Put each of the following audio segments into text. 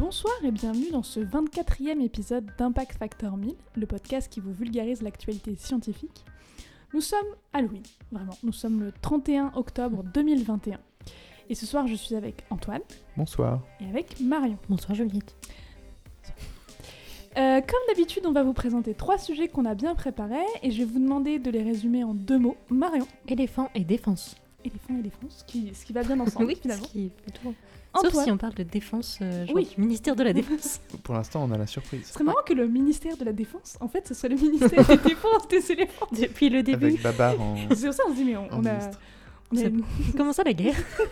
Bonsoir et bienvenue dans ce 24e épisode d'Impact Factor 1000, le podcast qui vous vulgarise l'actualité scientifique. Nous sommes Halloween, vraiment, nous sommes le 31 octobre 2021. Et ce soir, je suis avec Antoine. Bonsoir. Et avec Marion. Bonsoir Juliette. Comme d'habitude, on va vous présenter 3 sujets qu'on a bien préparés et je vais vous demander de les résumer en 2 mots. Marion. Éléphant et défense. Éléphant et défense, ce qui va bien ensemble oui, finalement. Ce qui est plutôt... Antoine. Sauf si on parle de défense, oui. du ministère de la Défense. Pour l'instant, on a la surprise. Ce serait marrant que le ministère de la Défense, en fait, ce soit le ministère des Défenses des éléphants. Depuis le début. Avec Babar en... C'est pour ça qu'on se dit, mais on a... ministre. Comment ça la guerre?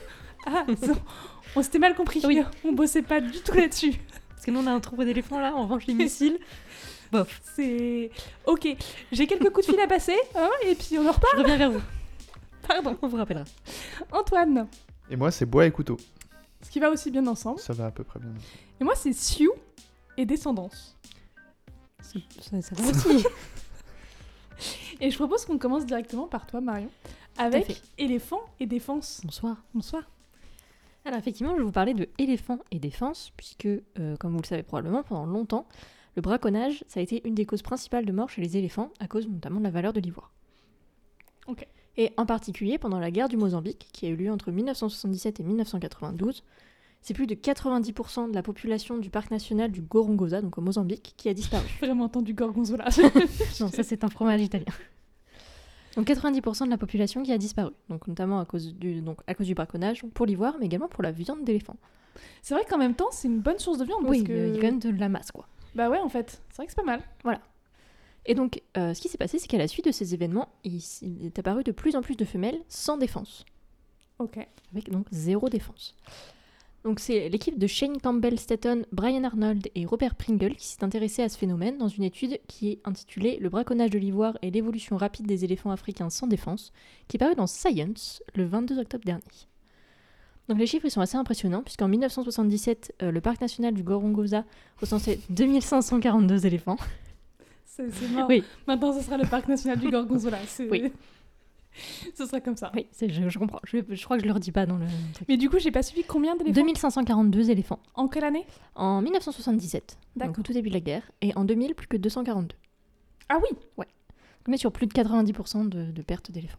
On s'était mal compris. Oui. On bossait pas du tout là-dessus. Parce que nous on a un troupeau d'éléphants là, on range les missiles. Bof. C'est... Ok, j'ai quelques coups de fil à passer, hein, et puis on en reparle. Je reviens vers vous. Pardon. On vous rappellera. Antoine, Et moi, c'est bois et couteau. ce qui va aussi bien ensemble. Ça va à peu près bien. Et moi, c'est Sioux et Descendance. Ça va aussi. Et je propose qu'on commence directement par toi, Marion, fait. avec éléphant et défense. Bonsoir. Bonsoir. Alors effectivement, je vais vous parler de éléphant et défense, puisque, comme vous le savez probablement, pendant longtemps, le braconnage, ça a été une des causes principales de mort chez les éléphants, à cause notamment de la valeur de l'ivoire. Ok. Et en particulier pendant la guerre du Mozambique, qui a eu lieu entre 1977 et 1992, c'est plus de 90% de la population du parc national du Gorongosa, donc au Mozambique, qui a disparu. J'ai vraiment entendu Gorgonzola. Non, ça c'est un fromage italien. Donc 90% de la population qui a disparu, donc notamment à cause du braconnage, pour l'ivoire, mais également pour la viande d'éléphant. C'est vrai qu'en même temps, c'est une bonne source de viande. Oui, parce que... il y a quand même de la masse, quoi. Bah ouais, en fait. C'est vrai que c'est pas mal. Et donc, ce qui s'est passé, c'est qu'à la suite de ces événements, il est apparu de plus en plus de femelles sans défense, Ok. avec donc 0 défense. Donc c'est l'équipe de Shane Campbell-Staton, Brian Arnold et Robert Pringle qui s'est intéressée à ce phénomène dans une étude qui est intitulée « Le braconnage de l'ivoire et l'évolution rapide des éléphants africains sans défense », qui est parue dans Science le 22 octobre dernier. Donc les chiffres ils sont assez impressionnants, puisqu'en 1977, le parc national du Gorongosa recensait 2542 éléphants. C'est mort. Oui. Maintenant, ce sera le parc national du Gorgonzola. Oui. Ce sera comme ça. Oui, je comprends. Je crois que je le redis pas dans le truc. Mais du coup, j'ai pas suivi combien d'éléphants 2542 éléphants. En quelle année En 1977, D'accord. donc au tout début de la guerre, et en 2000, plus que 242. Ah oui. On est sur plus de 90% de pertes d'éléphants.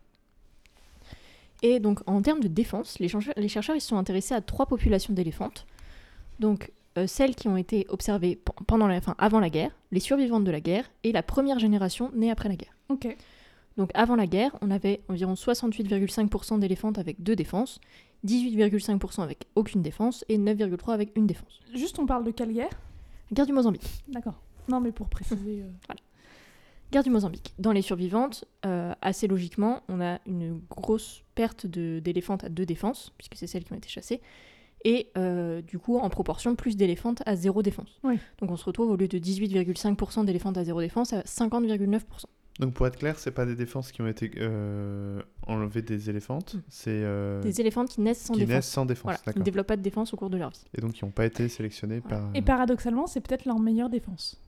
Et donc, en termes de défense, les chercheurs ils se sont intéressés à 3 populations d'éléphantes. Donc, celles qui ont été observées avant la guerre, les survivantes de la guerre, et la première génération née après la guerre. Ok. Donc, avant la guerre, on avait environ 68,5% d'éléphantes avec 2 défenses, 18,5% avec aucune défense, et 9,3% avec une défense. Juste, on parle de quelle guerre Guerre du Mozambique. D'accord. Non, mais pour préciser... Voilà. Guerre du Mozambique. Dans les survivantes, assez logiquement, on a une grosse perte d'éléphantes à 2 défenses, puisque c'est celles qui ont été chassées, et du coup, en proportion, plus d'éléphantes à 0 défense. Oui. Donc on se retrouve au lieu de 18,5% d'éléphantes à 0 défense à 50,9%. Donc pour être clair, c'est pas des défenses qui ont été enlevées des éléphantes, c'est Des éléphantes qui naissent sans qui défense. naissent sans défense, Voilà, qui ne d'accord. développent pas de défense au cours de leur vie. Et donc qui n'ont pas été sélectionnés par... Et paradoxalement, c'est peut-être leur meilleure défense.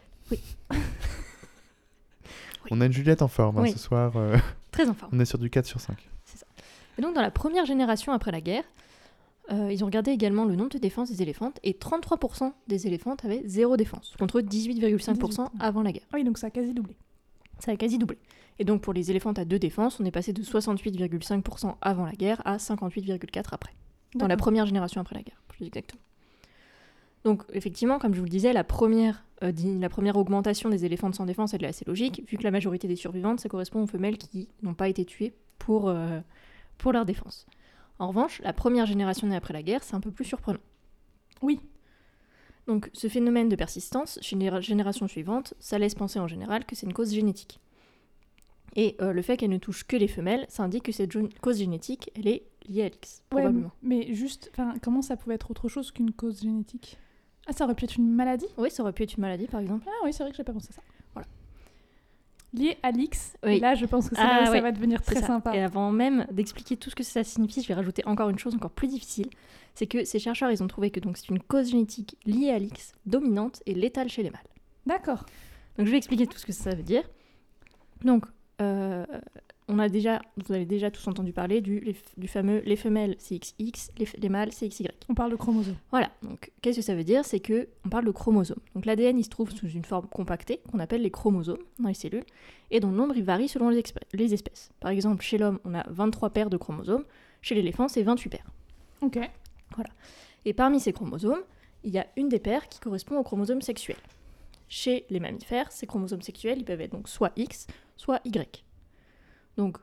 On a une Juliette en forme Oui. ce soir. Très en forme. On est sur du 4 sur 5. Et donc dans la première génération après la guerre, ils ont regardé également le nombre de défenses des éléphantes, et 33% des éléphantes avaient 0 défense, contre 18,5% avant la guerre. Ah oui, donc ça a quasi doublé. Ça a quasi doublé. Et donc pour les éléphantes à 2 défenses, on est passé de 68,5% avant la guerre à 58,4% après. Dans la D'accord. première génération après la guerre, plus exactement. Donc effectivement, comme je vous le disais, la première augmentation des éléphantes sans défense, elle est assez logique, vu que la majorité des survivantes, ça correspond aux femelles qui n'ont pas été tuées pour leur défense. En revanche, la première génération née après la guerre, c'est un peu plus surprenant. Oui. Donc ce phénomène de persistance chez les générations suivantes, ça laisse penser en général que c'est une cause génétique. Et le fait qu'elle ne touche que les femelles, ça indique que cette cause génétique, elle est liée à l'X, probablement. Ouais, mais juste, comment ça pouvait être autre chose qu'une cause génétique? Ah, ça aurait pu être une maladie? Oui, ça aurait pu être une maladie, par exemple. Ah oui, c'est vrai que j'ai pas pensé à ça. Voilà. Lié à l'X, Oui. et là, je pense que c'est là où oui. ça va devenir C'est très ça. sympa. Et avant même d'expliquer tout ce que ça signifie, je vais rajouter encore une chose encore plus difficile. C'est que ces chercheurs, ils ont trouvé que donc, c'est une cause génétique liée à l'X, dominante et létale chez les mâles. D'accord. Donc je vais expliquer tout ce que ça veut dire. Donc, vous avez déjà tous entendu parler du fameux les femelles c'est XX, les mâles c'est XY. On parle de chromosomes. Voilà, donc qu'est-ce que ça veut dire ? C'est qu'on parle de chromosomes. Donc l'ADN il se trouve sous une forme compactée qu'on appelle les chromosomes dans les cellules et dont le nombre il varie selon les espèces. Par exemple, chez l'homme on a 23 paires de chromosomes, chez l'éléphant c'est 28 paires. Ok. Voilà. Et parmi ces chromosomes, il y a une des paires qui correspond au chromosome sexuel. Chez les mammifères, ces chromosomes sexuels ils peuvent être donc soit X, soit Y. Donc,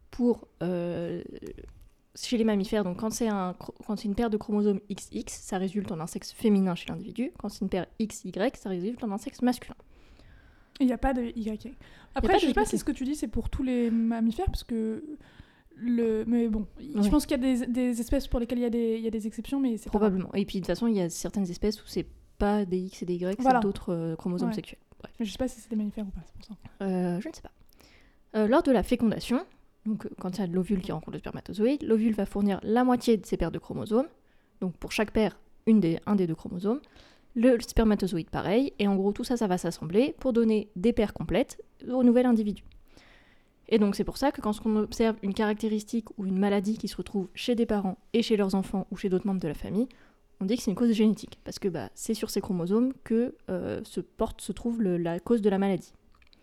chez les mammifères, donc quand c'est une paire de chromosomes XX, ça résulte en un sexe féminin chez l'individu. Quand c'est une paire XY, ça résulte en un sexe masculin. Il n'y a pas de YY. Après, je ne sais pas si ce que tu dis, c'est pour tous les mammifères, parce que... Mais bon, je pense qu'il y a des espèces pour lesquelles il y a des exceptions, mais c'est probablement. Et puis, de toute façon, il y a certaines espèces où c'est pas des X et des Y, voilà. C'est d'autres chromosomes sexuels. Bref. Mais je ne sais pas si c'est des mammifères ou pas, c'est pour ça. Je ne sais pas. Lors de la fécondation, donc quand il y a de l'ovule qui rencontre le spermatozoïde, l'ovule va fournir la moitié de ses paires de chromosomes. Donc pour chaque paire, un des deux chromosomes. Le spermatozoïde pareil. Et en gros, tout ça, ça va s'assembler pour donner des paires complètes au nouvel individu. Et donc c'est pour ça que quand on observe une caractéristique ou une maladie qui se retrouve chez des parents et chez leurs enfants ou chez d'autres membres de la famille, on dit que c'est une cause génétique. Parce que c'est sur ces chromosomes que se trouve la cause de la maladie.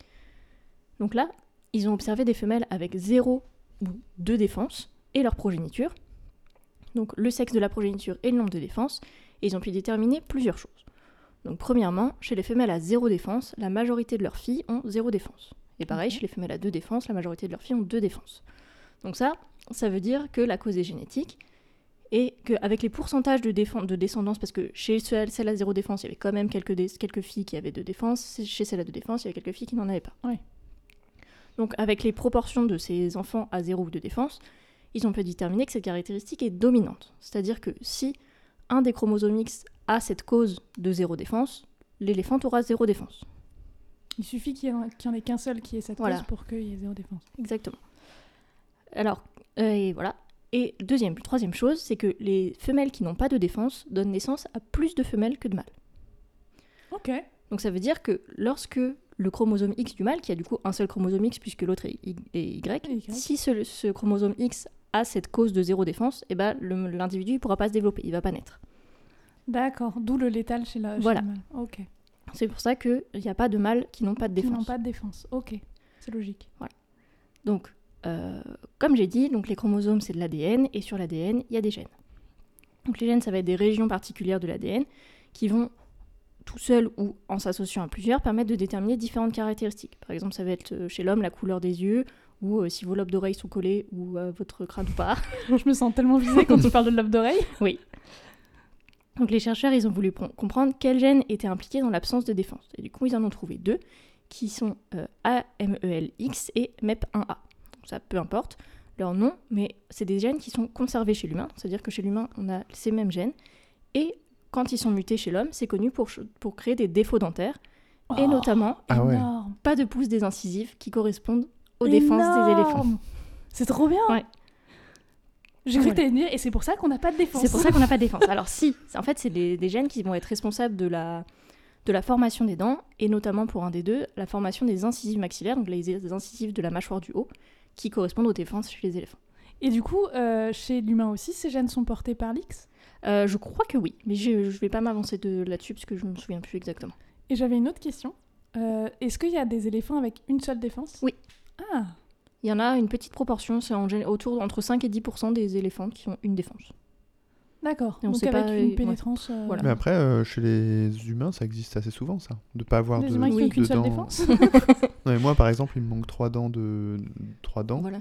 Donc là, ils ont observé des femelles avec 0 ou 2 défenses et leur progéniture. Donc le sexe de la progéniture et le nombre de défenses. Et ils ont pu déterminer plusieurs choses. Donc premièrement, chez les femelles à 0 défense, la majorité de leurs filles ont 0 défense. Et pareil, chez les femelles à 2 défenses, la majorité de leurs filles ont 2 défenses. Donc ça veut dire que la cause est génétique. Et qu'avec les pourcentages de descendance, parce que chez celle à 0 défense, il y avait quand même quelques filles qui avaient 2 défenses. Chez celle à 2 défenses, il y avait quelques filles qui n'en avaient pas. Oui. Donc avec les proportions de ces enfants à 0 ou de défense, ils ont pu déterminer que cette caractéristique est dominante. C'est-à-dire que si un des chromosomes X a cette cause de 0 défense, l'éléphant aura 0 défense. Il suffit qu'il n'y en ait qu'un seul qui ait cette cause pour qu'il y ait 0 défense. Exactement. Alors, et voilà. Et troisième chose, c'est que les femelles qui n'ont pas de défense donnent naissance à plus de femelles que de mâles. Ok. Donc ça veut dire que lorsque le chromosome X du mâle, qui a du coup un seul chromosome X puisque l'autre est Y, si ce chromosome X a cette cause de 0 défense, et l'individu ne pourra pas se développer, il ne va pas naître. D'accord, d'où le létal chez le mâle. Ok. C'est pour ça qu'il n'y a pas de mâles qui n'ont pas de défense. Qui n'ont pas de défense, ok. C'est logique. Voilà. Donc, comme j'ai dit, donc les chromosomes c'est de l'ADN, et sur l'ADN, il y a des gènes. Donc les gènes, ça va être des régions particulières de l'ADN qui vont tout seul ou en s'associant à plusieurs, permettent de déterminer différentes caractéristiques. Par exemple, ça va être chez l'homme la couleur des yeux, ou si vos lobes d'oreilles sont collés, ou votre crâne ou pas. Je me sens tellement visée quand tu parles de lobes d'oreilles. Oui. Donc les chercheurs, ils ont voulu comprendre quels gènes étaient impliqués dans l'absence de défense. Et du coup, ils en ont trouvé 2, qui sont AMELX et MEP1A. Donc ça, peu importe leur nom, mais c'est des gènes qui sont conservés chez l'humain. C'est-à-dire que chez l'humain, on a ces mêmes gènes. Et quand ils sont mutés chez l'homme, c'est connu pour créer des défauts dentaires, et notamment pas de pouces des incisives qui correspondent aux défenses des éléphants. C'est trop bien. Ouais. J'ai cru que t'allais dire, et c'est pour ça qu'on n'a pas de défense. C'est pour ça qu'on n'a pas de défense. Alors si, en fait, c'est des gènes qui vont être responsables de la formation des dents, et notamment pour un des deux, la formation des incisives maxillaires, donc les incisives de la mâchoire du haut, qui correspondent aux défenses chez les éléphants. Et du coup, chez l'humain aussi, ces gènes sont portés par l'X ? Je crois que oui, mais je ne vais pas m'avancer là-dessus parce que je ne me souviens plus exactement. Et j'avais une autre question. Est-ce qu'il y a des éléphants avec une seule défense ? Oui. Ah. Il y en a une petite proportion, c'est autour entre 5 et 10% des éléphants qui ont une défense. D'accord, donc avec une pénétrance... Voilà. Mais après, chez les humains, ça existe assez souvent, ça. De ne pas avoir des humains qui n'ont qu'une seule défense. Non, mais moi, par exemple, il me manque 3 dents, voilà.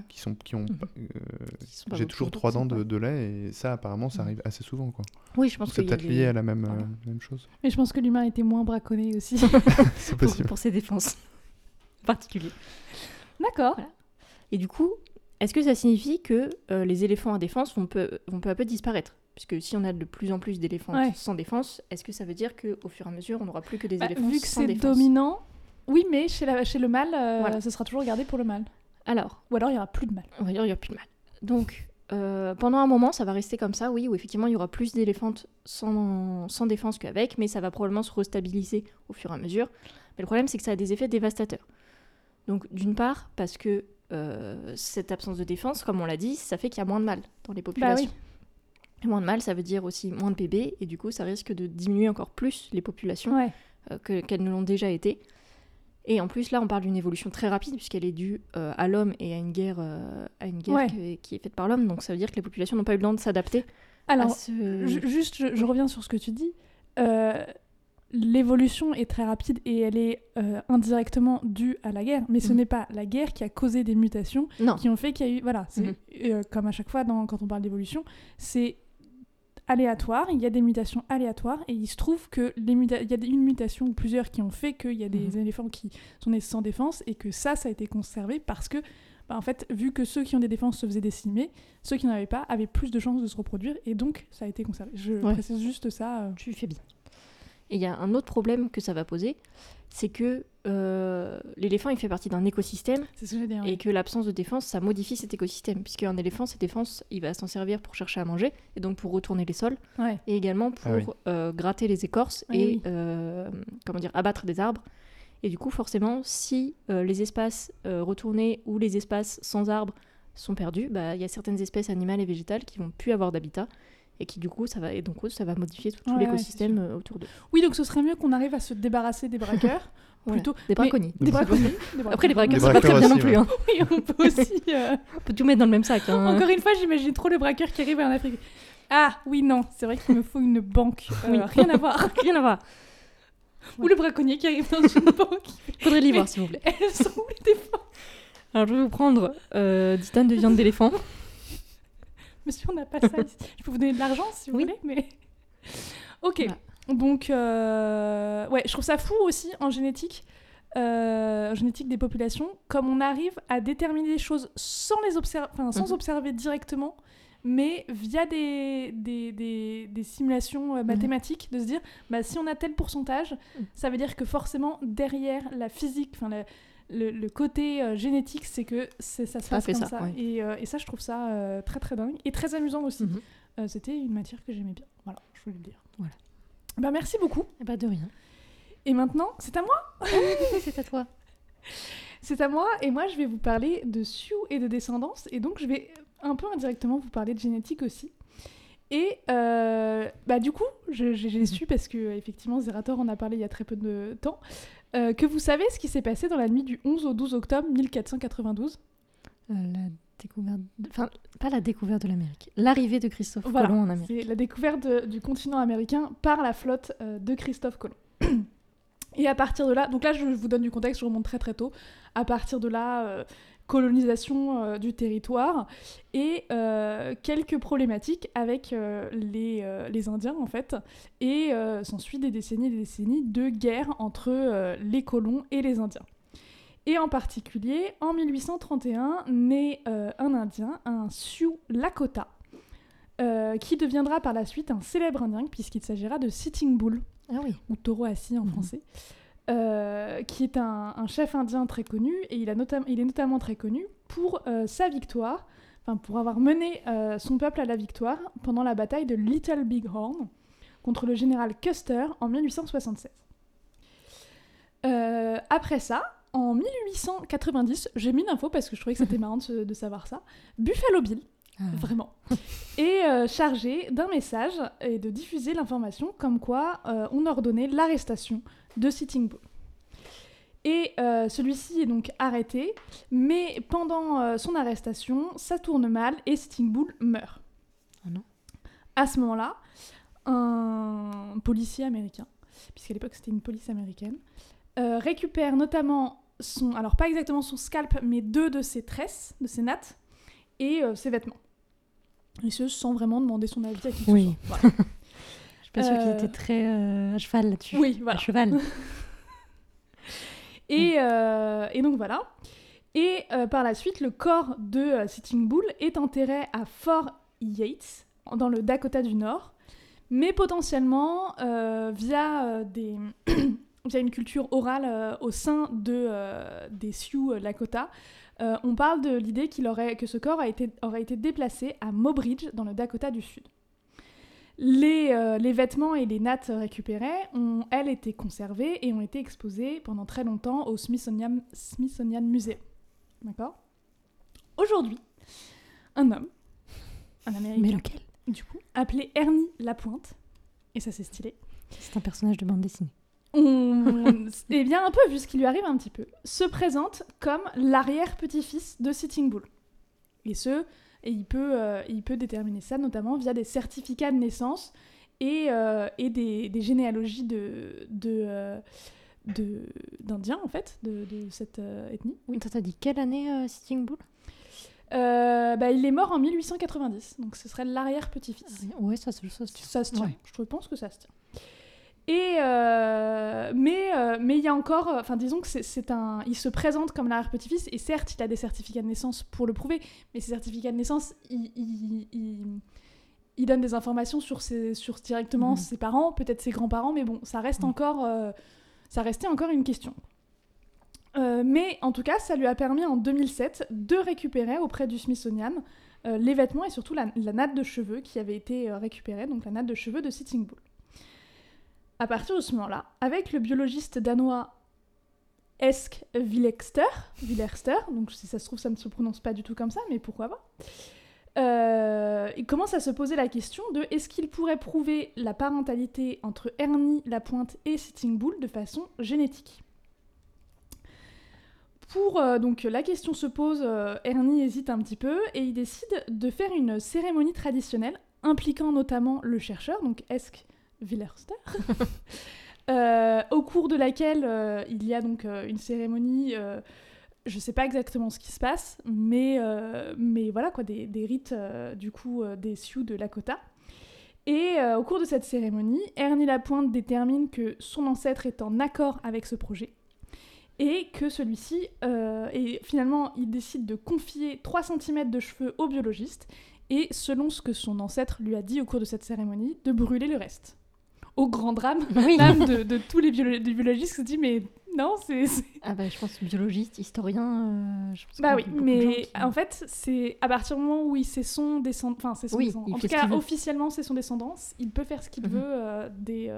j'ai toujours 3 dents de lait, et ça, apparemment, ça arrive assez souvent, quoi. Oui, je pense que c'est peut-être lié à la même chose. Mais je pense que l'humain était moins braconné aussi. C'est possible. Pour ses défenses particulières. D'accord. Voilà. Et du coup, est-ce que ça signifie que les éléphants à défense vont peu à peu disparaître ? Puisque si on a de plus en plus d'éléphants sans défense, est-ce que ça veut dire qu'au fur et à mesure, on n'aura plus que des éléphants sans défense ? Vu que c'est dominant, oui, mais chez le mâle, ce sera toujours gardé pour le mâle. Alors, ou alors il n'y aura plus de mâle. On va dire il n'y aura plus de mâle. Donc, pendant un moment, ça va rester comme ça, oui, où effectivement, il y aura plus d'éléphantes sans défense qu'avec, mais ça va probablement se restabiliser au fur et à mesure. Mais le problème, c'est que ça a des effets dévastateurs. Donc, d'une part, parce que cette absence de défense, comme on l'a dit, ça fait qu'il y a moins de mâles dans les populations. Et moins de mâles, ça veut dire aussi moins de bébés, et du coup, ça risque de diminuer encore plus les populations qu'elles ne l'ont déjà été. Et en plus, là, on parle d'une évolution très rapide, puisqu'elle est due à l'homme et à une guerre, qui est faite par l'homme. Donc ça veut dire que les populations n'ont pas eu le temps de s'adapter. Alors, je reviens sur ce que tu dis. L'évolution est très rapide et elle est indirectement due à la guerre, mais ce n'est pas la guerre qui a causé des mutations qui ont fait qu'il y a eu... Voilà, c'est comme à chaque fois quand on parle d'évolution, c'est aléatoire, il y a des mutations aléatoires et il se trouve que il y a une mutation ou plusieurs qui ont fait qu'il y a des éléphants qui sont nés sans défense et que ça a été conservé parce que en fait, vu que ceux qui ont des défenses se faisaient décimer, ceux qui n'en avaient pas avaient plus de chances de se reproduire et donc ça a été conservé. Je précise juste ça. Tu fais bien. Et il y a un autre problème que ça va poser, c'est que l'éléphant, il fait partie d'un écosystème, c'est ce que j'ai dit, et que l'absence de défense, ça modifie cet écosystème, puisqu'un éléphant, cette défense, il va s'en servir pour chercher à manger, et donc pour retourner les sols, et également pour gratter les écorces et abattre des arbres. Et du coup, forcément, si les espaces retournés ou les espaces sans arbres sont perdus, il y a certaines espèces animales et végétales qui vont plus avoir d'habitat, et qui du coup ça va modifier tout l'écosystème autour d'eux. Oui, donc ce serait mieux qu'on arrive à se débarrasser des braqueurs plutôt des braconniers. Après les braqueurs c'est pas très bien non plus. Oui, on peut aussi on peut tout mettre dans le même sac. Encore une fois, j'imagine trop le braqueur qui arrive en Afrique. Ah oui, non, c'est vrai qu'il me faut une banque. Rien à voir. Rien à voir. Ou le braconnier qui arrive dans une banque. Faudrait l'y voir, s'il vous plaît. Elles sont où les défenses ? Alors je vais vous prendre 10 tonnes de viande d'éléphant. Monsieur, on n'a pas ça ici. Je peux vous donner de l'argent si vous voulez, mais... Ok, donc... je trouve ça fou aussi en génétique des populations, comme on arrive à déterminer les choses sans observer directement, mais via des simulations mathématiques, de se dire, si on a tel pourcentage, ça veut dire que forcément, derrière la physique, le côté génétique, c'est que ça se passe comme ça. Ouais. Et ça, je trouve ça très très dingue et très amusant aussi. C'était une matière que j'aimais bien. Voilà, je voulais le dire. Voilà. Merci beaucoup. De rien. Et maintenant, c'est à moi. C'est à toi. C'est à moi, et moi, je vais vous parler de Sioux et de descendance. Et donc, je vais un peu indirectement vous parler de génétique aussi. Et du coup, j'ai su, parce que effectivement, Zerator en a parlé il y a très peu de temps, que vous savez ce qui s'est passé dans la nuit du 11 au 12 octobre 1492 ? La découverte... Enfin, pas la découverte de l'Amérique. L'arrivée de Christophe Colomb en Amérique. C'est la découverte du continent américain par la flotte de Christophe Colomb. Et à partir de là... Donc là, je vous donne du contexte, je remonte très très tôt. À partir de là... colonisation du territoire et quelques problématiques avec les Indiens en fait, et s'ensuit des décennies de guerre entre les colons et les Indiens. Et en particulier, en 1831, naît un Indien, un Sioux Lakota, qui deviendra par la suite un célèbre Indien, puisqu'il s'agira de Sitting Bull, ou taureau assis en français. Qui est un chef indien très connu, et il est notamment très connu pour sa victoire, pour avoir mené son peuple à la victoire pendant la bataille de Little Big Horn contre le général Custer en 1876. Après ça, en 1890, j'ai mis l'info parce que je trouvais que c'était marrant de savoir ça, Buffalo Bill, vraiment, est chargé d'un message et de diffuser l'information comme quoi on ordonnait l'arrestation de Sitting Bull. Et celui-ci est donc arrêté, mais pendant son arrestation, ça tourne mal et Sitting Bull meurt. Ah non. À ce moment-là, un policier américain, puisqu'à l'époque c'était une police américaine, récupère notamment alors pas exactement son scalp, mais 2 de ses tresses, de ses nattes, et ses vêtements. Et ce, sans vraiment demander son avis à qui que ce soit. Voilà. Je suis pas sûre qu'il était très à cheval là-dessus. Oui, voilà. À cheval. Et donc voilà. Et par la suite, le corps de Sitting Bull est enterré à Fort Yates, dans le Dakota du Nord, mais potentiellement via une culture orale au sein des Sioux Lakota. On parle de l'idée que ce corps aurait été déplacé à Mobridge, dans le Dakota du Sud. Les vêtements et les nattes récupérées ont, elles, été conservées et ont été exposées pendant très longtemps au Smithsonian Museum. D'accord ? aujourd'hui, un homme, un Américain, Mais lequel ? du coup, appelé Ernie Lapointe, et ça c'est stylé, C'est un personnage de bande dessinée. eh bien un peu, vu ce qui lui arrive un petit peu, se présente comme l'arrière-petit-fils de Sitting Bull. Et il peut déterminer ça notamment via des certificats de naissance et des généalogies d'Indiens, en fait, de cette ethnie. Oui, t'as dit quelle année Sitting Bull ? Il est mort en 1890, donc ce serait l'arrière-petit-fils. Ouais, ça se tient. Ça se tient, Ouais. je pense que ça se tient. Et mais il y a encore, disons que il se présente comme l'arrière-petit-fils, et certes il a des certificats de naissance pour le prouver, mais ces certificats de naissance, il donne des informations sur directement ses parents, peut-être ses grands-parents, mais bon, ça restait encore une question. Mais en tout cas, ça lui a permis en 2007 de récupérer auprès du Smithsonian les vêtements et surtout la natte de cheveux qui avait été récupérée, donc la natte de cheveux de Sitting Bull. À partir de ce moment-là, avec le biologiste danois Esk Villerster, donc si ça se trouve ça ne se prononce pas du tout comme ça, mais pourquoi pas, il commence à se poser la question de est-ce qu'il pourrait prouver la parentalité entre Ernie Lapointe et Sitting Bull de façon génétique. Donc la question se pose, Ernie hésite un petit peu et il décide de faire une cérémonie traditionnelle impliquant notamment le chercheur, donc Esk Villerster, au cours de laquelle il y a donc une cérémonie, je sais pas exactement ce qui se passe, mais voilà quoi, des rites du coup des Sioux de Lakota. Et au cours de cette cérémonie, Ernie Lapointe détermine que son ancêtre est en accord avec ce projet et que celui-ci, et finalement il décide de confier 3 cm de cheveux au biologiste et selon ce que son ancêtre lui a dit au cours de cette cérémonie, de brûler le reste. Au grand drame même de tous les biologistes qui se disent mais non, c'est... Ah bah je pense biologiste, historien... oui, mais en fait, c'est à partir du moment où c'est son descendant... Enfin, c'est son descendant. En tout cas, officiellement, c'est son descendant. Il peut faire ce qu'il veut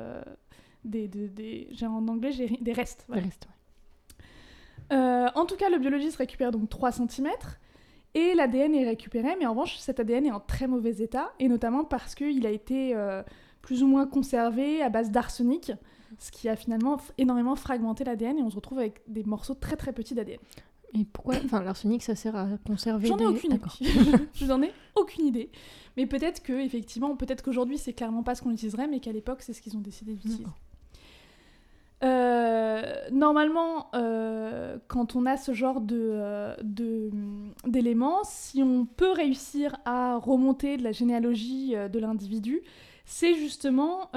j'ai en anglais, j'ai des restes. Voilà. Des restes, ouais. En tout cas, le biologiste récupère donc 3 cm et l'ADN est récupéré, mais en revanche, cet ADN est en très mauvais état, et notamment parce qu'il a été plus ou moins conservé à base d'arsenic, ce qui a finalement énormément fragmenté l'ADN, et on se retrouve avec des morceaux très très petits d'ADN. Et pourquoi l'arsenic, ça sert à conserver J'en ai aucune idée. Je n'en ai aucune idée. Mais peut-être qu'aujourd'hui, c'est clairement pas ce qu'on utiliserait, mais qu'à l'époque, c'est ce qu'ils ont décidé d'utiliser. Normalement, quand on a ce genre d'éléments, si on peut réussir à remonter de la généalogie de l'individu, c'est justement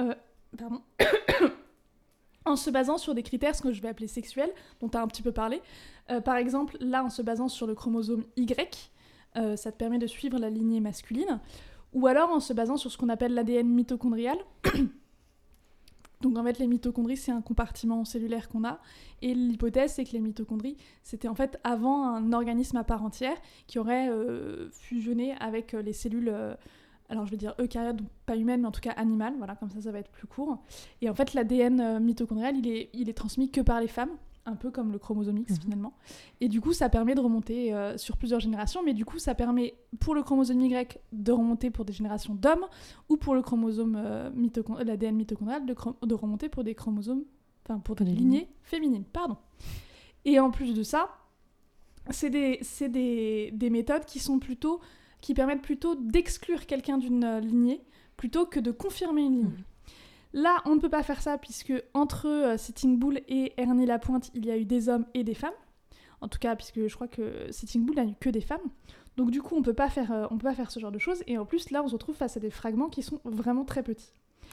en se basant sur des critères, ce que je vais appeler sexuels, dont tu as un petit peu parlé. Par exemple, là, en se basant sur le chromosome Y, ça te permet de suivre la lignée masculine, ou alors en se basant sur ce qu'on appelle l'ADN mitochondrial. Donc en fait, les mitochondries, c'est un compartiment cellulaire qu'on a, et l'hypothèse, c'est que les mitochondries, c'était en fait avant un organisme à part entière qui aurait fusionné avec les cellules, alors je vais dire eucaryotes, donc pas humaines, mais en tout cas animales, voilà, comme ça va être plus court. Et en fait, l'ADN mitochondrial, il est transmis que par les femmes, un peu comme le chromosome X finalement. Et du coup, ça permet de remonter sur plusieurs générations, mais du coup, ça permet pour le chromosome Y de remonter pour des générations d'hommes, ou pour le chromosome l'ADN mitochondrial de remonter pour des chromosomes, enfin pour des lignées féminines, pardon. Et en plus de ça, c'est des méthodes qui permettent plutôt d'exclure quelqu'un d'une lignée plutôt que de confirmer une lignée. Là, on ne peut pas faire ça puisque entre Sitting Bull et Ernie Lapointe, il y a eu des hommes et des femmes. En tout cas, puisque je crois que Sitting Bull n'a eu que des femmes. Donc du coup, on peut pas faire ce genre de choses. Et en plus, là, on se retrouve face à des fragments qui sont vraiment très petits.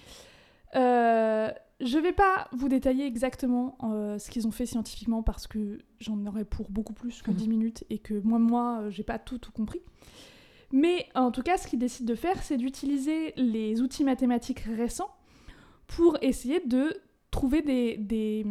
Je vais pas vous détailler exactement ce qu'ils ont fait scientifiquement parce que j'en aurais pour beaucoup plus que 10 minutes et que moi, j'ai pas tout compris. Mais en tout cas, ce qu'ils décident de faire, c'est d'utiliser les outils mathématiques récents pour essayer de trouver des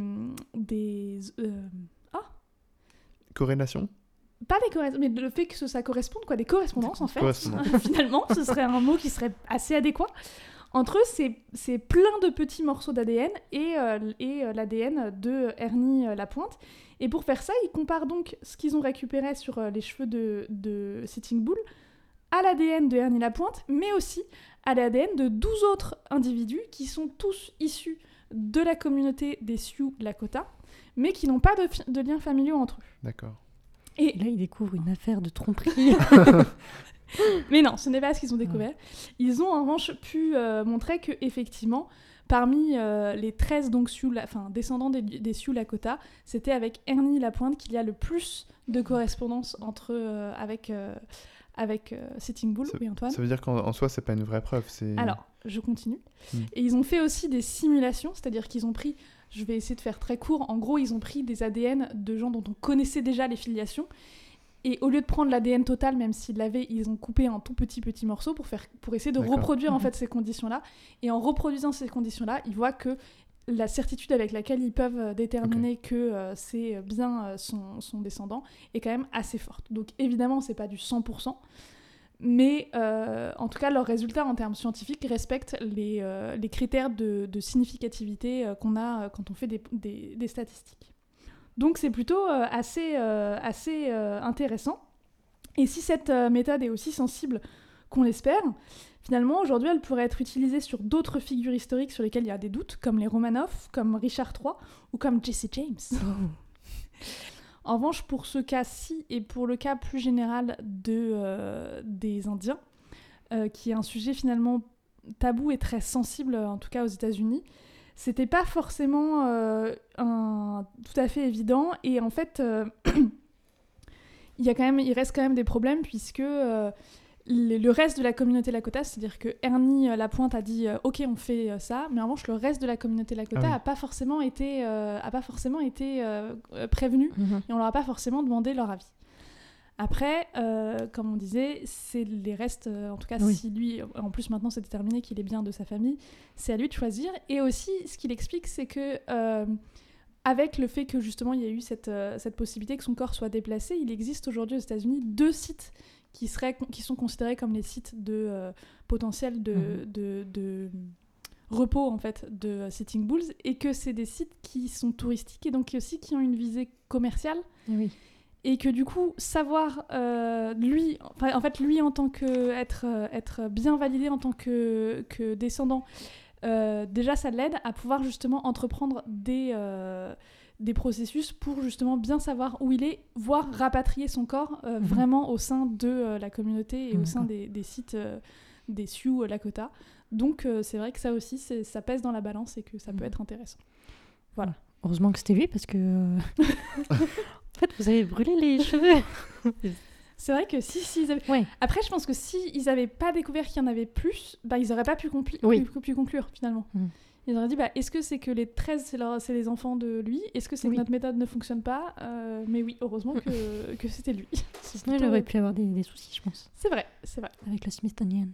corrélations. Pas des correspondances, mais le fait que ça corresponde, quoi, des correspondances en fait. Finalement, ce serait un mot qui serait assez adéquat. Entre eux, c'est plein de petits morceaux d'ADN et l'ADN de Ernie Lapointe. Et pour faire ça, ils comparent donc ce qu'ils ont récupéré sur les cheveux de Sitting Bull à l'ADN de Ernie Lapointe, mais aussi à l'ADN de 12 autres individus qui sont tous issus de la communauté des Sioux Lakota, mais qui n'ont pas de liens familiaux entre eux. D'accord. Et là, ils découvrent une affaire de tromperie. Mais non, ce n'est pas ce qu'ils ont découvert. Ils ont en revanche pu montrer que effectivement, parmi les 13 donc, descendants des Sioux Lakota, c'était avec Ernie Lapointe qu'il y a le plus de correspondance avec Sitting Bull. Oui, Antoine. Ça veut dire qu'en soi, c'est pas une vraie preuve. Alors, je continue. Et ils ont fait aussi des simulations, c'est-à-dire qu'ils ont pris, je vais essayer de faire très court, en gros, ils ont pris des ADN de gens dont on connaissait déjà les filiations, et au lieu de prendre l'ADN total, même s'ils l'avaient, ils ont coupé en tout petits morceaux pour essayer de reproduire en fait ces conditions-là. Et en reproduisant ces conditions-là, ils voient que la certitude avec laquelle ils peuvent déterminer que c'est bien son descendant est quand même assez forte. Donc évidemment, c'est pas du 100%, mais en tout cas, leurs résultats en termes scientifiques respectent les critères de significativité qu'on a quand on fait des statistiques. Donc c'est plutôt assez intéressant. Et si cette méthode est aussi sensible qu'on l'espère, finalement, aujourd'hui, elle pourrait être utilisée sur d'autres figures historiques sur lesquelles il y a des doutes, comme les Romanov, comme Richard III ou comme Jesse James. En revanche, pour ce cas-ci et pour le cas plus général des Indiens, qui est un sujet finalement tabou et très sensible, en tout cas aux États-Unis, c'était pas forcément tout à fait évident. Et en fait, il reste quand même des problèmes puisque le reste de la communauté Lakota, c'est-à-dire que Ernie Lapointe a dit ok, on fait ça, mais en revanche le reste de la communauté Lakota n'a pas forcément été prévenu et on leur a pas forcément demandé leur avis. Après, comme on disait, c'est les restes, en tout cas si lui, en plus maintenant c'est déterminé qu'il est bien de sa famille, c'est à lui de choisir. Et aussi, ce qu'il explique, c'est que avec le fait que justement il y a eu cette possibilité que son corps soit déplacé, il existe aujourd'hui aux États-Unis 2 sites qui sont considérés comme les sites potentiels de repos en fait de Sitting Bulls, et que c'est des sites qui sont touristiques et donc aussi qui ont une visée commerciale. Oui. Et que du coup, savoir lui en tant que être bien validé en tant que descendant, déjà ça l'aide à pouvoir justement entreprendre des processus pour justement bien savoir où il est, voire rapatrier son corps vraiment au sein de la communauté et au sein des sites des Sioux Lakota. Donc c'est vrai que ça aussi, ça pèse dans la balance et que ça peut être intéressant. Voilà. Heureusement que c'était lui parce que... En fait, vous avez brûlé les cheveux. C'est vrai que si ils avaient... Après, je pense que s'ils n'avaient pas découvert qu'il y en avait plus, ils n'auraient pas pu conclure, finalement. Ils auraient dit, est-ce que c'est que les 13, c'est les enfants de lui ? Est-ce que c'est que notre méthode ne fonctionne pas ? Mais oui, heureusement que c'était lui. Sinon, il aurait pu avoir des soucis, je pense. C'est vrai. Avec le Smithsonian.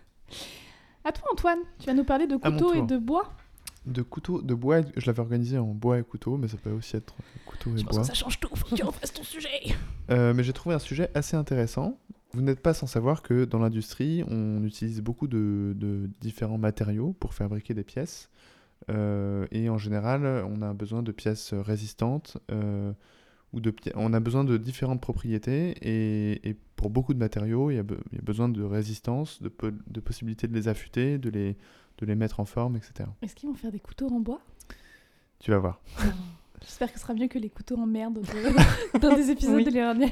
À toi, Antoine, tu vas nous parler de couteaux et de bois. De couteaux, de bois, je l'avais organisé en bois et couteau, mais ça peut aussi être couteau et bois. Je pense que ça change tout, faut que tu refasses ton sujet. Mais j'ai trouvé un sujet assez intéressant. Vous n'êtes pas sans savoir que dans l'industrie, on utilise beaucoup de différents matériaux pour fabriquer des pièces. Et en général, on a besoin de pièces résistantes, on a besoin de différentes propriétés. Et pour beaucoup de matériaux, il y a besoin de résistance, de possibilité de les affûter, de les mettre en forme, etc. Est-ce qu'ils vont faire des couteaux en bois ? Tu vas voir. J'espère que ce sera mieux que les couteaux en merde dans des épisodes de l'année.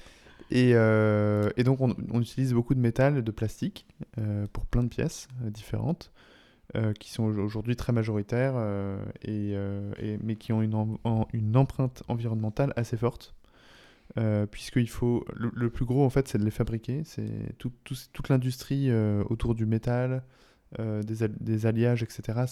Et donc, on utilise beaucoup de métal et de plastique pour plein de pièces différentes qui sont aujourd'hui très majoritaires, mais qui ont une empreinte environnementale assez forte. Puisqu'il faut... Le plus gros, en fait, c'est de les fabriquer. C'est toute l'industrie autour du métal... des alliages, etc.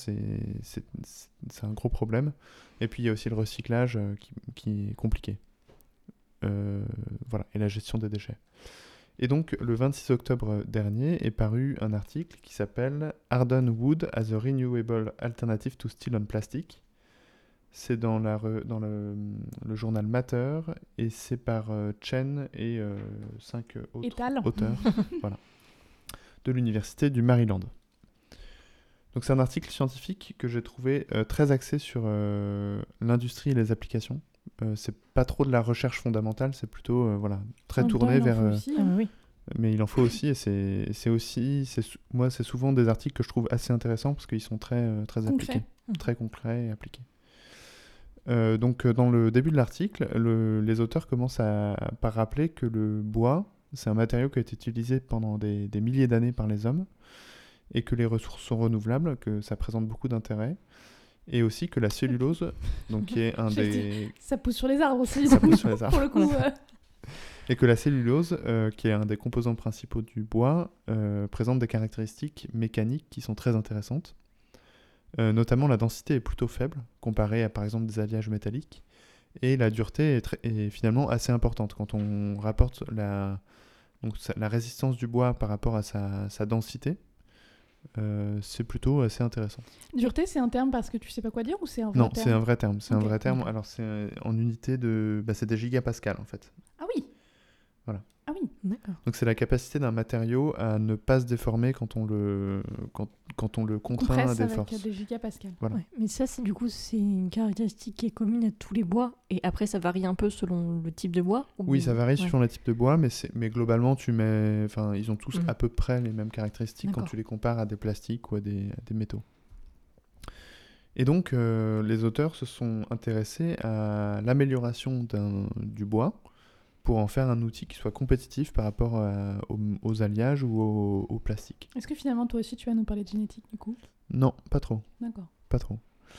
C'est un gros problème. Et puis il y a aussi le recyclage qui est compliqué. Voilà, et la gestion des déchets. Et donc le 26 octobre dernier est paru un article qui s'appelle Hardened Wood as a Renewable Alternative to Steel and Plastic. C'est dans le journal Matter et c'est par Chen et 5 autres auteurs voilà, de l'université du Maryland. Donc c'est un article scientifique que j'ai trouvé très axé sur l'industrie et les applications. C'est pas trop de la recherche fondamentale, c'est plutôt voilà, très En même temps, tourné il en vers... faut aussi, Ah hein. oui. mais il en faut aussi, et moi c'est souvent des articles que je trouve assez intéressants parce qu'ils sont très Concret. appliqués, très concrets et appliqués. Donc dans le début de l'article, les auteurs commencent par rappeler que le bois, c'est un matériau qui a été utilisé pendant des milliers d'années par les hommes, et que les ressources sont renouvelables, que ça présente beaucoup d'intérêt, et aussi que la cellulose, donc qui est un des... Ça pousse sur les arbres aussi. Ça pousse sur les arbres. Pour le coup. Et que la cellulose, qui est un des composants principaux du bois, présente des caractéristiques mécaniques qui sont très intéressantes. Notamment, la densité est plutôt faible, comparée à par exemple des alliages métalliques, et la dureté est finalement assez importante. Quand on rapporte la résistance du bois par rapport à sa densité, c'est plutôt assez intéressant. Dureté, c'est un terme parce que tu sais pas quoi dire ou c'est un vrai Non, terme? c'est un vrai terme. C'est un Ok, vrai terme. d'accord. Alors, c'est en unité de... c'est des gigapascales, en fait. Ah oui. Voilà. Ah oui. D'accord. Donc, c'est la capacité d'un matériau à ne pas se déformer quand on le contraint à Compresse des avec forces. des gigapascales. Voilà. Ouais, mais ça, c'est une caractéristique qui est commune à tous les bois. Et après, ça varie un peu selon le type de bois. Oui, ça varie Ouais. selon le type de bois, mais globalement, ils ont tous Mhm. à peu près les mêmes caractéristiques quand D'accord. tu les compares à des plastiques ou à des métaux. Et donc, les auteurs se sont intéressés à l'amélioration du bois pour en faire un outil qui soit compétitif par rapport aux alliages ou au plastique. Est-ce que finalement, toi aussi, tu vas nous parler de génétique du coup? Non, pas trop. D'accord. Pas trop.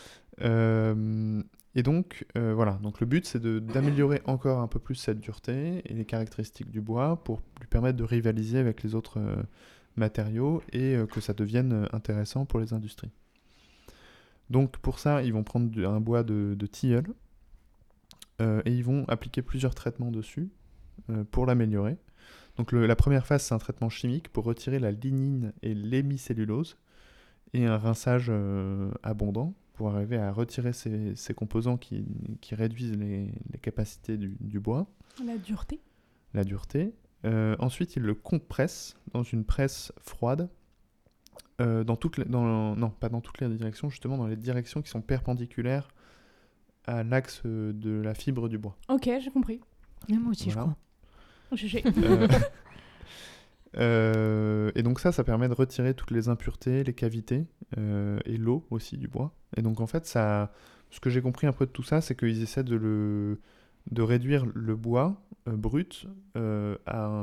Et donc, voilà. Donc, le but, c'est d'améliorer encore un peu plus cette dureté et les caractéristiques du bois pour lui permettre de rivaliser avec les autres matériaux et que ça devienne intéressant pour les industries. Donc, pour ça, ils vont prendre un bois de tilleul et ils vont appliquer plusieurs traitements dessus pour l'améliorer. Donc, la première phase, c'est un traitement chimique pour retirer la lignine et l'hémicellulose et un rinçage abondant pour arriver à retirer ces composants qui réduisent les capacités du bois, La dureté. la dureté. Ensuite, ils le compressent dans une presse froide, pas dans toutes les directions, justement dans les directions qui sont perpendiculaires à l'axe de la fibre du bois. Ok, j'ai compris. Mais moi aussi, Voilà. GG. Et donc ça permet de retirer toutes les impuretés, les cavités et l'eau aussi du bois. Et donc en fait, ce que j'ai compris un peu de tout ça, c'est qu'ils essaient de réduire le bois brut de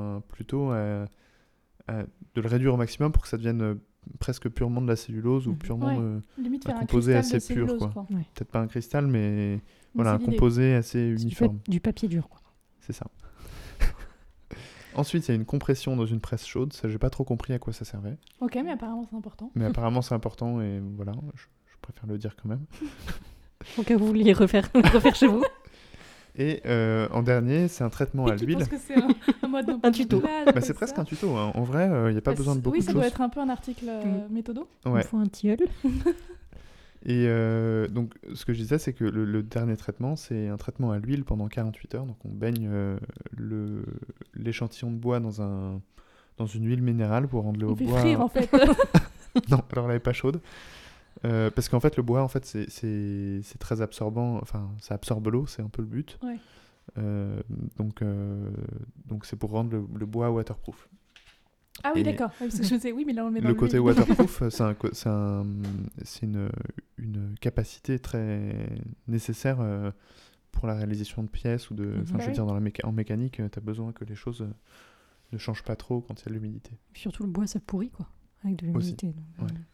le réduire au maximum pour que ça devienne presque purement de la cellulose ou purement Ouais. Limite un faire un composé cristal de assez pur, cellulose, quoi. Ouais. Peut-être pas un cristal, mais Mais voilà, un c'est l'idée. composé assez C'est uniforme. du papier dur, quoi. C'est ça. Ensuite, il y a une compression dans une presse chaude. Ça, j'ai pas trop compris à quoi ça servait. Ok, mais apparemment c'est important. Mais apparemment, c'est important et voilà, je préfère le dire quand même. Au cas où vous vouliez refaire chez vous. Et en dernier, c'est un traitement à Qui l'huile. pense que c'est un mode Un tuto. Bah, c'est presque un tuto. Hein. En vrai, il n'y a pas besoin de beaucoup Oui, de ça choses. doit être un peu un article méthodo. Ouais. Il faut un tilleul. Et donc, ce que je disais, c'est que le dernier traitement, c'est un traitement à l'huile pendant 48 heures. Donc, on baigne l'échantillon de bois dans une huile minérale pour rendre le On fait bois... frire en fait. Non, alors elle n'est pas chaude. Parce qu'en fait, le bois, en fait, c'est très absorbant. Enfin, ça absorbe l'eau, c'est un peu le but. Ouais. Donc, c'est pour rendre le bois waterproof. Ah oui, Et d'accord. Ouais, parce que je me disais, oui, mais là on le met dans Le côté l'huile. waterproof, c'est une capacité très nécessaire pour la réalisation de pièces ou de. Enfin, Bah je veux oui. dire, en mécanique, tu as besoin que les choses ne changent pas trop quand il y a de l'humidité. Surtout le bois, ça pourrit, quoi. Avec de l'humidité. donc, ouais.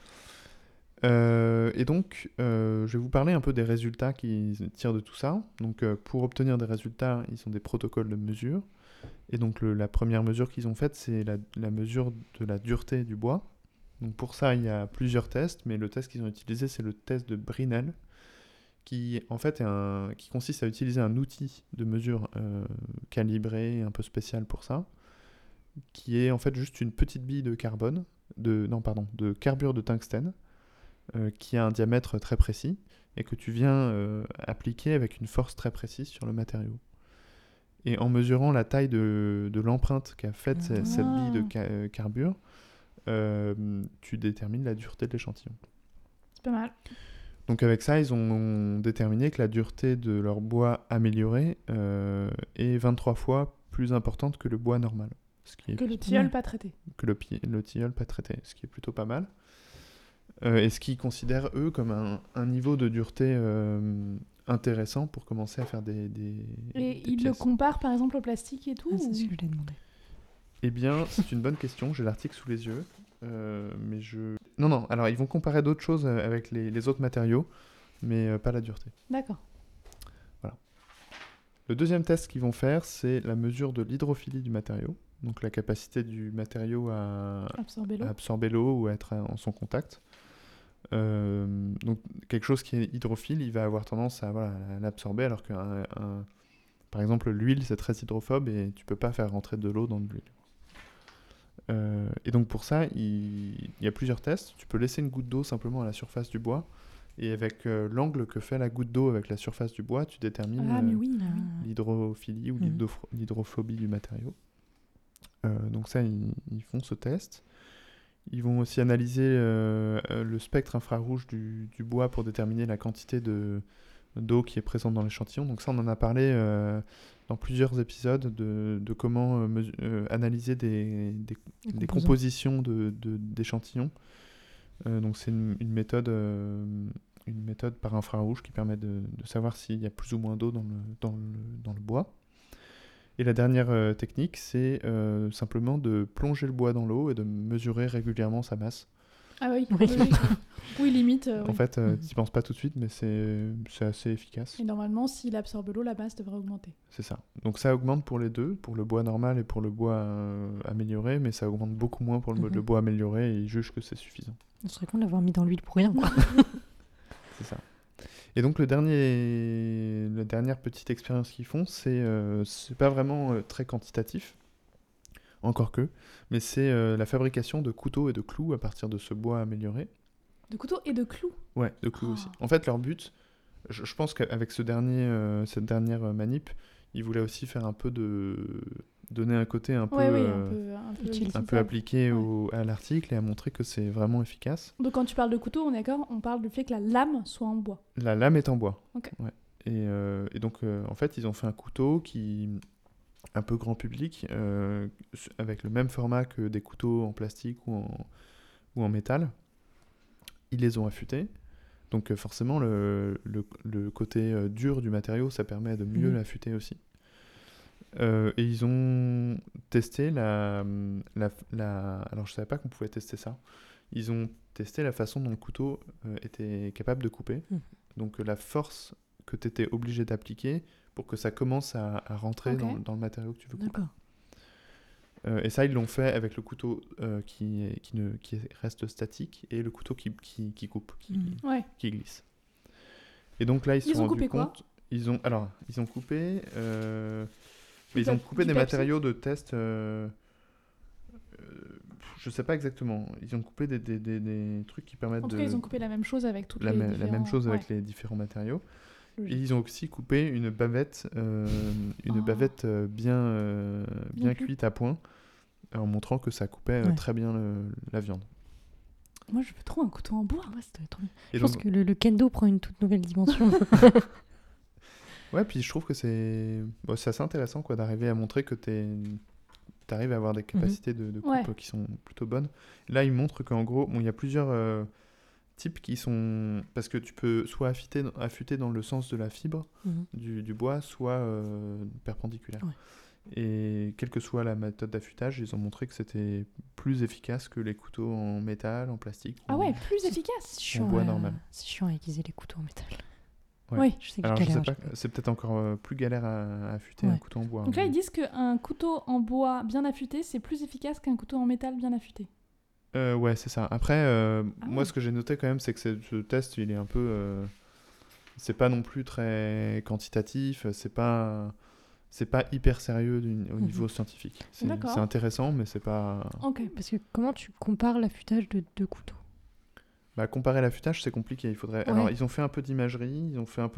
Et donc, je vais vous parler un peu des résultats qui tirent de tout ça. Donc, pour obtenir des résultats, ils ont des protocoles de mesure. Et donc, la première mesure qu'ils ont faite, c'est la mesure de la dureté du bois. Donc, pour ça, il y a plusieurs tests, mais le test qu'ils ont utilisé, c'est le test de Brinell, qui en fait qui consiste à utiliser un outil de mesure calibré, un peu spécial pour ça, qui est en fait juste une petite bille de de carbure de tungstène, qui a un diamètre très précis et que tu viens appliquer avec une force très précise sur le matériau. Et en mesurant la taille de l'empreinte qu'a faite cette bille de carbure, tu détermines la dureté de l'échantillon. C'est pas mal. Donc avec ça, ils ont déterminé que la dureté de leur bois amélioré est 23 fois plus importante que le bois normal. Ce qui est Que le tilleul pas traité. que le tilleul pas traité, ce qui est plutôt pas mal. Et ce qu'ils considèrent, eux, comme un niveau de dureté intéressant pour commencer à faire des Et des ils le pièces. comparent par exemple au plastique et tout C'est ou- ce que je l'ai demandé. Eh bien, c'est une bonne question. J'ai l'article sous les yeux. Mais je... Non, alors ils vont comparer d'autres choses avec les autres matériaux, mais pas la dureté. D'accord. Le deuxième test qu'ils vont faire, c'est la mesure de l'hydrophilie du matériau. Donc la capacité du matériau à Absorber l'eau. absorber l'eau ou à être en son contact. Donc quelque chose qui est hydrophile, il va avoir tendance à l'absorber, alors que par exemple l'huile c'est très hydrophobe et tu peux pas faire rentrer de l'eau dans de l'huile. Et donc pour ça, il y a plusieurs tests. Tu peux laisser une goutte d'eau simplement à la surface du bois, et avec l'angle que fait la goutte d'eau avec la surface du bois, tu détermines Ah mais oui. l'hydrophilie ou l'hydrophobie du matériau. Donc ça, ils font ce test. Ils vont aussi analyser le spectre infrarouge du bois pour déterminer la quantité d'eau qui est présente dans l'échantillon. Donc ça, on en a parlé dans plusieurs épisodes de comment analyser des compositions d'échantillons. Donc c'est une méthode par infrarouge qui permet de savoir s'il y a plus ou moins d'eau dans le bois. Et la dernière technique, c'est simplement de plonger le bois dans l'eau et de mesurer régulièrement sa masse. Ah oui. Oui. Oui, limite. En fait, tu n'y penses pas tout de suite, mais c'est assez efficace. Et normalement, s'il absorbe l'eau, la masse devrait augmenter. C'est ça. Donc ça augmente pour les deux, pour le bois normal et pour le bois amélioré, mais ça augmente beaucoup moins pour le bois amélioré, et ils jugent que c'est suffisant. Ce serait con de l'avoir mis dans l'huile pour rien, quoi. C'est ça. Et donc la dernière petite expérience qu'ils font, c'est pas vraiment très quantitatif, encore que, mais c'est la fabrication de couteaux et de clous à partir de ce bois amélioré. De couteaux et de clous. Ouais, de clous Oh. aussi. En fait, leur but, je pense qu'avec cette dernière manip, ils voulaient aussi faire un peu donner un côté un peu, Ouais, oui, un peu utilisable. appliqué Ouais. à l'article et à montrer que c'est vraiment efficace. Donc quand tu parles de couteau, on est d'accord, on parle du fait que la lame soit en bois. La lame est en bois. Ok. Ouais. Et donc, en fait, ils ont fait un couteau qui un peu grand public, avec le même format que des couteaux en plastique ou en métal. Ils les ont affûtés. Donc forcément, le côté dur du matériau, ça permet de mieux l'affûter aussi. Et ils ont testé alors je savais pas qu'on pouvait tester ça. Ils ont testé la façon dont le couteau était capable de couper. Donc la force que tu étais obligé d'appliquer pour que ça commence à rentrer Ok. dans le matériau que tu veux couper. D'accord. Et ça, ils l'ont fait avec le couteau qui reste statique et le couteau qui coupe, Ouais. qui glisse. Et donc là, ils se Ils sont ont rendus coupé quoi compte. Ils ont coupé. Mais ils ont coupé Du des papier matériaux de test. Je sais pas exactement. Ils ont coupé des trucs qui permettent En tout de. cas, ils ont coupé la même chose avec toutes la les même différents... chose avec ouais. les différents matériaux. Logique. Et ils ont aussi coupé une bavette, bavette bien Bien cuite à point, en montrant que ça coupait très bien la viande. Moi, je veux trop un couteau en bois. Ouais, ça doit être trop bien. Et Je pense que le kendo prend une toute nouvelle dimension. ouais, puis je trouve que c'est assez intéressant quoi, d'arriver à montrer que t'arrives à avoir des capacités de coupe Ouais. qui sont plutôt bonnes. Là, ils montrent qu'en gros, il y a plusieurs types qui sont... Parce que tu peux soit affûter dans le sens de la fibre du bois, soit perpendiculaire. Ouais. Et quelle que soit la méthode d'affûtage, ils ont montré que c'était plus efficace que les couteaux en métal, en plastique. Ah ou- ouais, plus efficace. C'est chiant, bois normal. C'est chiant à aiguiser les couteaux en métal. Ouais. Oui. Je sais que Alors, je je sais galère. pas, c'est peut-être encore plus galère à affûter un Ouais. couteau en bois. Donc là, mais- ils disent qu'un couteau en bois bien affûté, c'est plus efficace qu'un couteau en métal bien affûté. Ouais, c'est ça. Après, moi, ouais. ce que j'ai noté quand même, c'est que ce test, il est un peu... c'est pas non plus très quantitatif, c'est pas hyper sérieux au niveau scientifique. C'est D'accord. intéressant, mais c'est pas... Ok. Parce que comment tu compares l'affûtage de deux couteaux? Bah, comparer l'affûtage, c'est compliqué. Il faudrait... Ouais. Alors, ils ont fait un peu d'imagerie.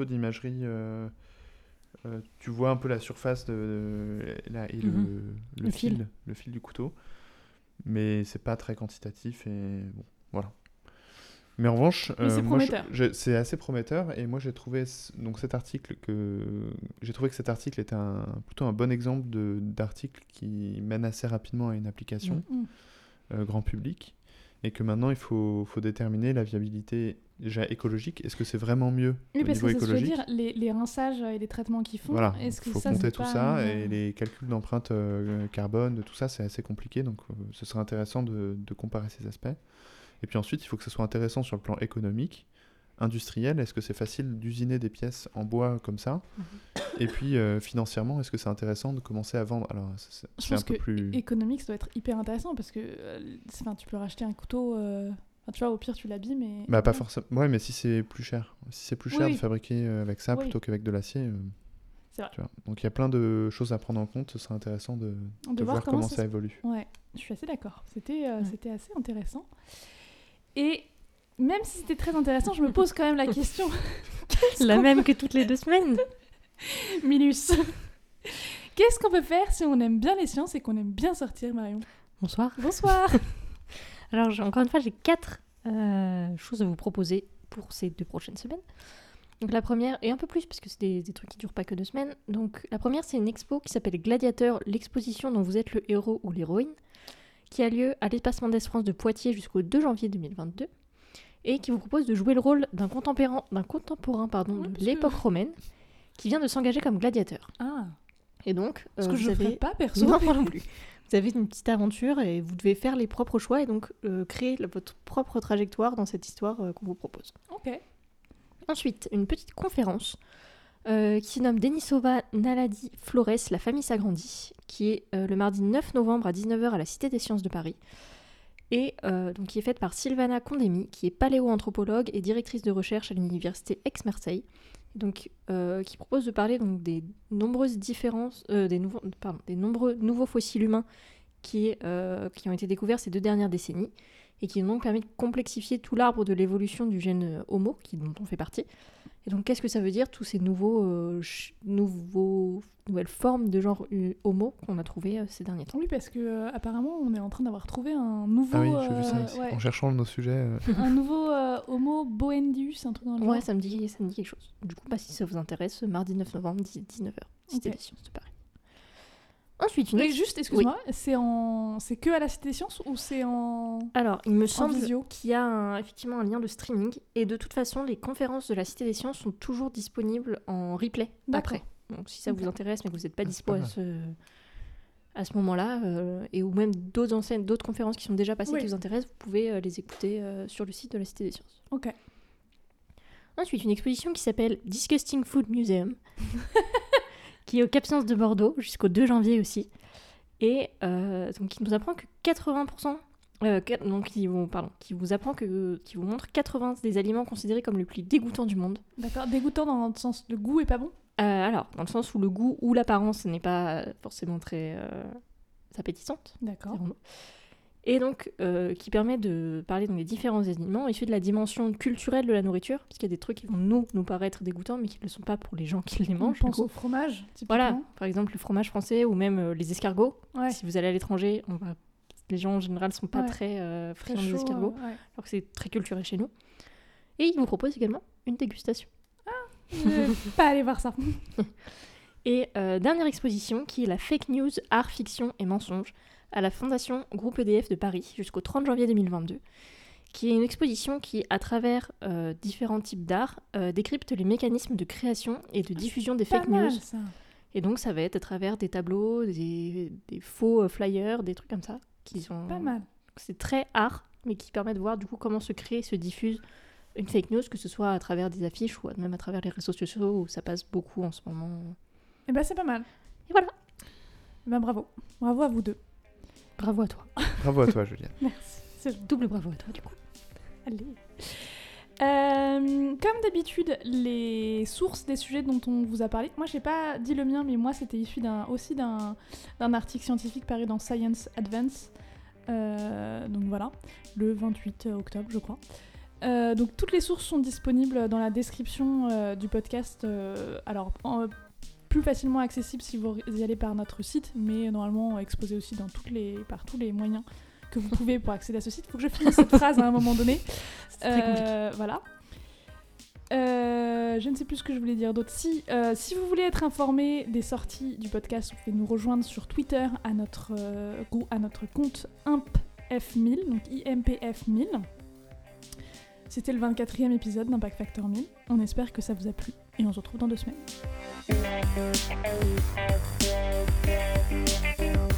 Tu vois un peu la surface et Le fil. le fil du couteau. mais c'est pas très quantitatif et bon, voilà. Mais en revanche, Mais c'est moi, prometteur. c'est assez prometteur et moi j'ai trouvé donc cet article j'ai trouvé que cet article était plutôt un bon exemple d'article qui mène assez rapidement à une application grand public et que maintenant il faut déterminer la viabilité déjà écologique. Est-ce que c'est vraiment mieux Oui, au parce niveau que c'est ce que je veux écologique? dire, les rinçages et les traitements qu'ils font, Voilà, est-ce que il faut ça, compter c'est tout pas ça et les calculs d'empreinte carbone, de tout ça, c'est assez compliqué, donc ce serait intéressant de comparer ces aspects. Et puis ensuite, il faut que ce soit intéressant sur le plan économique, industriel. Est-ce que c'est facile d'usiner des pièces en bois comme ça? Et puis financièrement, est-ce que c'est intéressant de commencer à vendre? Alors, Je c'est pense un peu que plus... économique, ça doit être hyper intéressant parce que tu peux racheter un couteau, tu vois, au pire tu l'abîmes et... Bah pas forcément. Ouais, mais si c'est plus cher. Si c'est plus cher Oui. de fabriquer avec ça Oui. plutôt qu'avec de l'acier. C'est vrai. Tu vois. Donc il y a plein de choses à prendre en compte. Ce serait intéressant de voir comment ça évolue. Ouais, je suis assez d'accord. C'était assez intéressant. Et même si c'était très intéressant, je me pose quand même la question. La même que toutes les 2 semaines. Minus. Qu'est-ce qu'on peut faire si on aime bien les sciences et qu'on aime bien sortir, Marion? Bonsoir. Bonsoir. Alors, encore une fois, j'ai 4 choses à vous proposer pour ces 2 prochaines semaines. Donc la première, et un peu plus, parce que c'est des trucs qui durent pas que 2 semaines. Donc la première, c'est une expo qui s'appelle Gladiateur, l'exposition dont vous êtes le héros ou l'héroïne, qui a lieu à l'Espace Mendès France de Poitiers jusqu'au 2 janvier 2022, et qui vous propose de jouer le rôle d'un contemporain de l'époque romaine, qui vient de s'engager comme gladiateur. Ah. Et donc, Ce que je ne ferais pas, perso. Non, moi non plus. Vous avez une petite aventure et vous devez faire les propres choix et donc créer votre propre trajectoire dans cette histoire qu'on vous propose. Ok. Ensuite, une petite conférence qui se nomme Denisova Naladi Flores, la famille s'agrandit, qui est le mardi 9 novembre à 19h à la Cité des Sciences de Paris. Et donc, qui est faite par Sylvana Condemi, qui est paléoanthropologue et directrice de recherche à l'université Aix-Marseille. Donc, qui propose de parler donc, des nombreuses différences, des nombreux nouveaux fossiles humains qui ont été découverts ces 2 dernières décennies et qui ont donc permis de complexifier tout l'arbre de l'évolution du gène Homo, dont on fait partie. Et donc, qu'est-ce que ça veut dire, tous ces nouvelles formes de genre Homo qu'on a trouvées ces derniers temps? Oui, parce que apparemment, on est en train d'avoir trouvé un nouveau... Ah oui, j'ai vu ça aussi. ouais. En cherchant nos sujets. Un nouveau Homo boendius, un truc dans le genre. Ouais, ça me dit quelque chose. Du coup, si ça vous intéresse, mardi 9 novembre, 19h, Cité des Sciences de Paris. Ensuite, Oui, juste, excuse-moi, c'est que à la Cité des Sciences ou c'est en... Alors, il me semble visio qu'il y a effectivement un lien de streaming. Et de toute façon, les conférences de la Cité des Sciences sont toujours disponibles en replay après. Donc, si ça vous intéresse, mais que vous n'êtes pas dispo à ce moment-là, et ou même d'autres conférences qui sont déjà passées qui vous intéressent, vous pouvez les écouter sur le site de la Cité des Sciences. Ok. Ensuite, une exposition qui s'appelle Disgusting Food Museum, qui est au Cap Science de Bordeaux jusqu'au 2 janvier aussi. Et donc, qui nous apprend que 80%... qui vous montre 80 des aliments considérés comme les plus dégoûtants du monde. D'accord, dégoûtant dans le sens de goût et pas bon? Alors, dans le sens où le goût ou l'apparence n'est pas forcément très appétissante. D'accord. Et donc, qui permet de parler des différents aliments issus de la dimension culturelle de la nourriture, parce qu'il y a des trucs qui vont nous paraître dégoûtants, mais qui ne le sont pas pour les gens qui les mangent. Je pense au fromage, typiquement. Voilà, par exemple le fromage français ou même les escargots. Ouais. Si vous allez à l'étranger, les gens en général ne sont pas très friands des escargots, alors que c'est très culturel chez nous. Et il vous propose également une dégustation. Je vais pas aller voir ça. Et dernière exposition qui est la Fake News, Art, Fiction et Mensonges à la Fondation Groupe EDF de Paris jusqu'au 30 janvier 2022, qui est une exposition qui, à travers différents types d'art, décrypte les mécanismes de création et de diffusion des fake news. Ça. Et donc ça va être à travers des tableaux, des faux flyers, des trucs comme ça. Pas mal. C'est très art, mais qui permet de voir du coup comment se crée, se diffuse une fake news, que ce soit à travers des affiches ou même à travers les réseaux sociaux où ça passe beaucoup en ce moment. Et c'est pas mal. Et voilà. Bravo. Bravo à vous deux. Bravo à toi. Bravo à toi, Juliette. Merci. C'est double bravo à toi, du coup. Allez. Comme d'habitude, les sources des sujets dont on vous a parlé, moi j'ai pas dit le mien, mais moi c'était issu aussi d'un article scientifique paru dans Science Advance, donc voilà, le 28 octobre je crois. Donc toutes les sources sont disponibles dans la description du podcast, plus facilement accessible si vous y allez par notre site, mais normalement exposé aussi par tous les moyens que vous pouvez pour accéder à ce site. Il faut que je finisse cette phrase à un moment donné. C'est très compliqué. Voilà. Je ne sais plus ce que je voulais dire d'autre. Si vous voulez être informé des sorties du podcast, vous pouvez nous rejoindre sur Twitter à notre compte IMPF1000, donc IMPF1000. C'était le 24e épisode d'Impact Factor 1000. On espère que ça vous a plu et on se retrouve dans 2 semaines.